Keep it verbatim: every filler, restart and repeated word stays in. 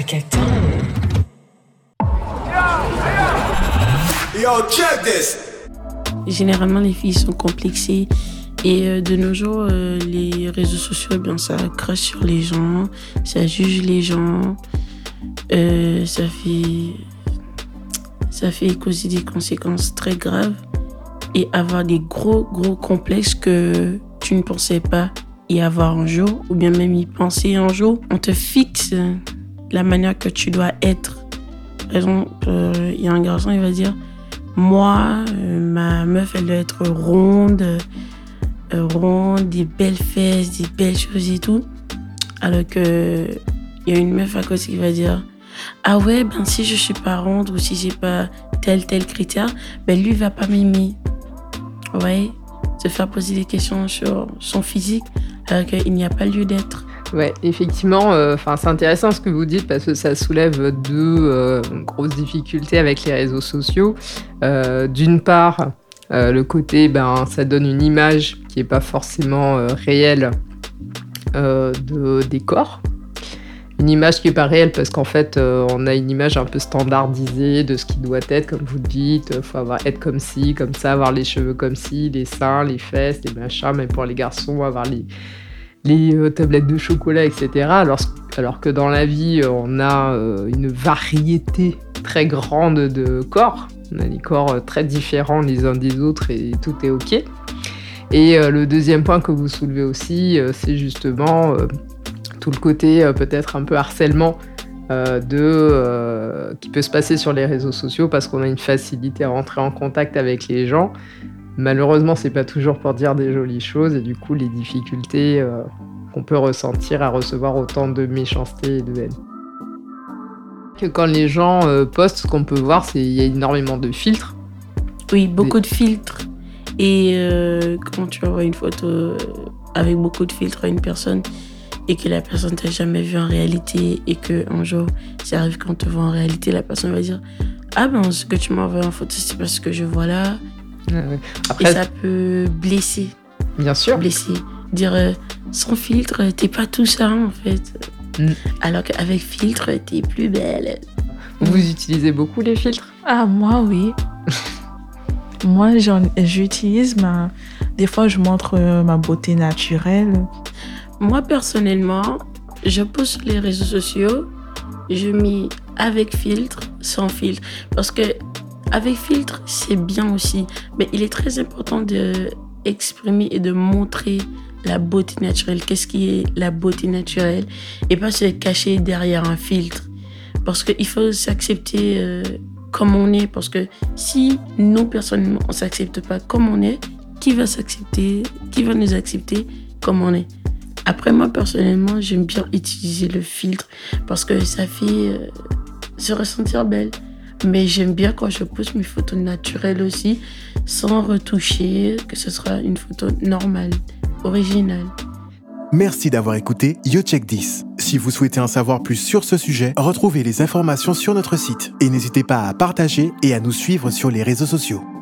reggaeton. Yo, check this. Généralement, les filles sont complexées. Et euh, de nos jours, euh, les réseaux sociaux, eh bien, ça crache sur les gens, ça juge les gens, euh, ça fait, ça fait causer des conséquences très graves et avoir des gros, gros complexes que tu ne pensais pas y avoir un jour, ou bien même y penser un jour. On te fixe la manière que tu dois être. Par exemple, il euh, y a un garçon, il va dire « Moi, euh, ma meuf, elle doit être ronde, euh, ronde, des belles fesses, des belles choses et tout. » Alors que il y a une meuf à côté qui va dire « Ah ouais, ben si je suis pas ronde ou si j'ai pas tel, tel critère, ben lui, il va pas m'aimer. » Ouais, se faire poser des questions sur son physique alors qu'il n'y a pas lieu d'être. Ouais, effectivement, euh, c'est intéressant ce que vous dites parce que ça soulève deux euh, grosses difficultés avec les réseaux sociaux. Euh, d'une part, euh, le côté, ben, ça donne une image qui n'est pas forcément euh, réelle euh, de, des corps. Une image qui n'est pas réelle parce qu'en fait, euh, on a une image un peu standardisée de ce qui doit être, comme vous dites. Il faut avoir, être comme ci, comme ça, avoir les cheveux comme ci, les seins, les fesses, les machins, même pour les garçons, avoir les... les euh, tablettes de chocolat, et cetera. Alors, alors que dans la vie, on a euh, une variété très grande de corps. On a des corps euh, très différents les uns des autres et tout est OK. Et euh, le deuxième point que vous soulevez aussi, euh, c'est justement euh, tout le côté euh, peut-être un peu harcèlement euh, de, euh, qui peut se passer sur les réseaux sociaux parce qu'on a une facilité à rentrer en contact avec les gens. Malheureusement, c'est pas toujours pour dire des jolies choses et du coup, les difficultés euh, qu'on peut ressentir à recevoir autant de méchanceté et de haine. Que quand les gens euh, postent, ce qu'on peut voir, c'est qu'il y a énormément de filtres. Oui, beaucoup des... de filtres. Et euh, quand tu envoies une photo avec beaucoup de filtres à une personne et que la personne t'a jamais vu en réalité et qu'un jour, ça arrive quand on te voit en réalité, la personne va dire « Ah ben, ce que tu m'as envoyé en photo, c'est parce que je vois là. » Ouais. Après, et ça peut blesser. Bien sûr. Blesser. Dire euh, sans filtre, t'es pas tout ça en fait. Mm. Alors qu'avec filtre, t'es plus belle. Vous mm. utilisez beaucoup les filtres ? Ah, moi oui. Moi j'en, j'utilise, ma... des fois je montre euh, ma beauté naturelle. Moi personnellement, je poste sur les réseaux sociaux, je mets avec filtre, sans filtre. Parce que avec filtre, c'est bien aussi, mais il est très important d'exprimer et de montrer la beauté naturelle. Qu'est-ce qui est la beauté naturelle et pas se cacher derrière un filtre. Parce qu'il faut s'accepter euh, comme on est. Parce que si nous, personnellement, on ne s'accepte pas comme on est, qui va s'accepter, qui va nous accepter comme on est? Après, moi, personnellement, j'aime bien utiliser le filtre parce que ça fait euh, se ressentir belle. Mais j'aime bien quand je pose mes photos naturelles aussi, sans retoucher, que ce sera une photo normale, originale. Merci d'avoir écouté Yo Check This. Si vous souhaitez en savoir plus sur ce sujet, retrouvez les informations sur notre site. Et n'hésitez pas à partager et à nous suivre sur les réseaux sociaux.